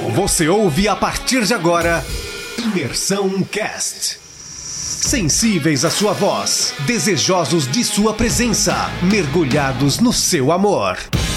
Você ouve a partir de agora Imersão Cast. Sensíveis à sua voz, desejosos de sua presença, mergulhados no seu amor.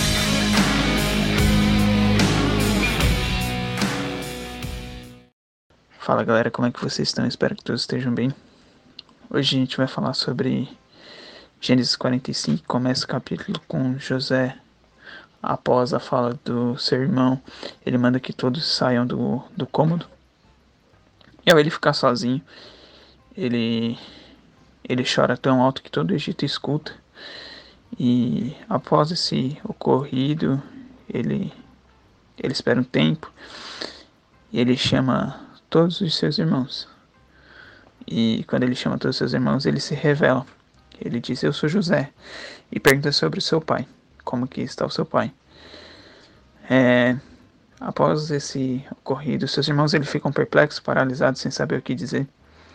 Fala galera, como é que vocês estão? Espero que todos estejam bem. Hoje a gente vai falar sobre Gênesis 45, começa o capítulo com José. Após a fala do seu irmão, ele manda que todos saiam do cômodo. E ao ele ficar sozinho, ele chora tão alto que todo o Egito escuta. E após esse ocorrido, ele espera um tempo e ele chama todos os seus irmãos. E quando ele chama todos os seus irmãos, ele se revela. Ele diz: eu sou José. E pergunta sobre o seu pai. Como que está o seu pai? Após esse ocorrido, seus irmãos ficam perplexos, paralisados, sem saber o que dizer.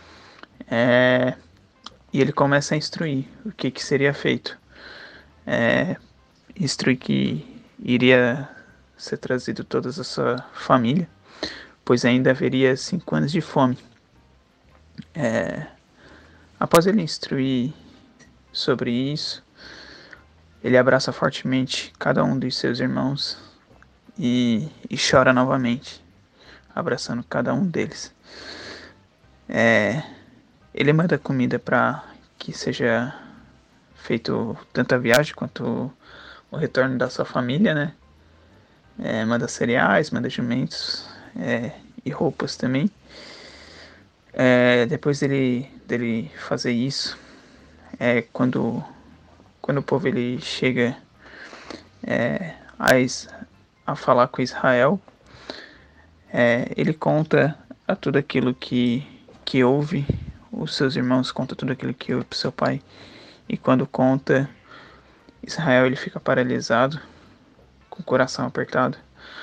E ele começa a instruir o que seria feito. Instruir que iria ser trazido toda a sua família, pois ainda haveria 5 anos de fome. Após ele instruir sobre isso, ele abraça fortemente cada um dos seus irmãos e chora novamente, abraçando cada um deles. Ele manda comida para que seja feito tanto a viagem quanto o retorno da sua família, né? Manda cereais, manda jumentos e roupas também. Depois dele fazer isso, quando o povo chega a falar com Israel, ele conta a tudo aquilo que houve. Os seus irmãos contam tudo aquilo que houve para seu pai. E quando conta, Israel ele fica paralisado, com o coração apertado.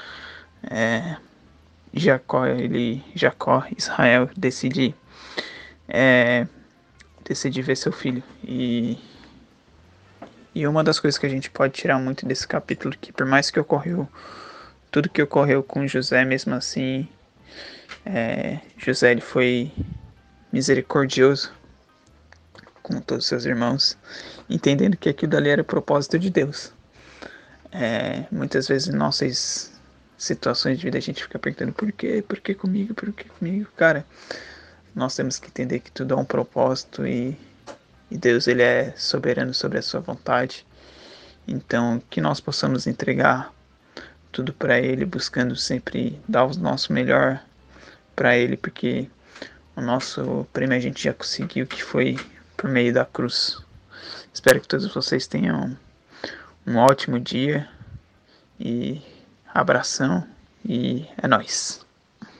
Israel decide ver seu filho. E uma das coisas que a gente pode tirar muito desse capítulo, que por mais que tudo que ocorreu com José, mesmo assim, José ele foi misericordioso com todos os seus irmãos, entendendo que aquilo ali era o propósito de Deus. Muitas vezes em nossas situações de vida a gente fica perguntando por que comigo, cara. Nós temos que entender que tudo é um propósito e Deus ele é soberano sobre a sua vontade. Então que nós possamos entregar tudo para Ele, buscando sempre dar o nosso melhor para Ele, porque o nosso prêmio a gente já conseguiu, que foi por meio da cruz. Espero que todos vocês tenham um ótimo dia e abração, e é nóis.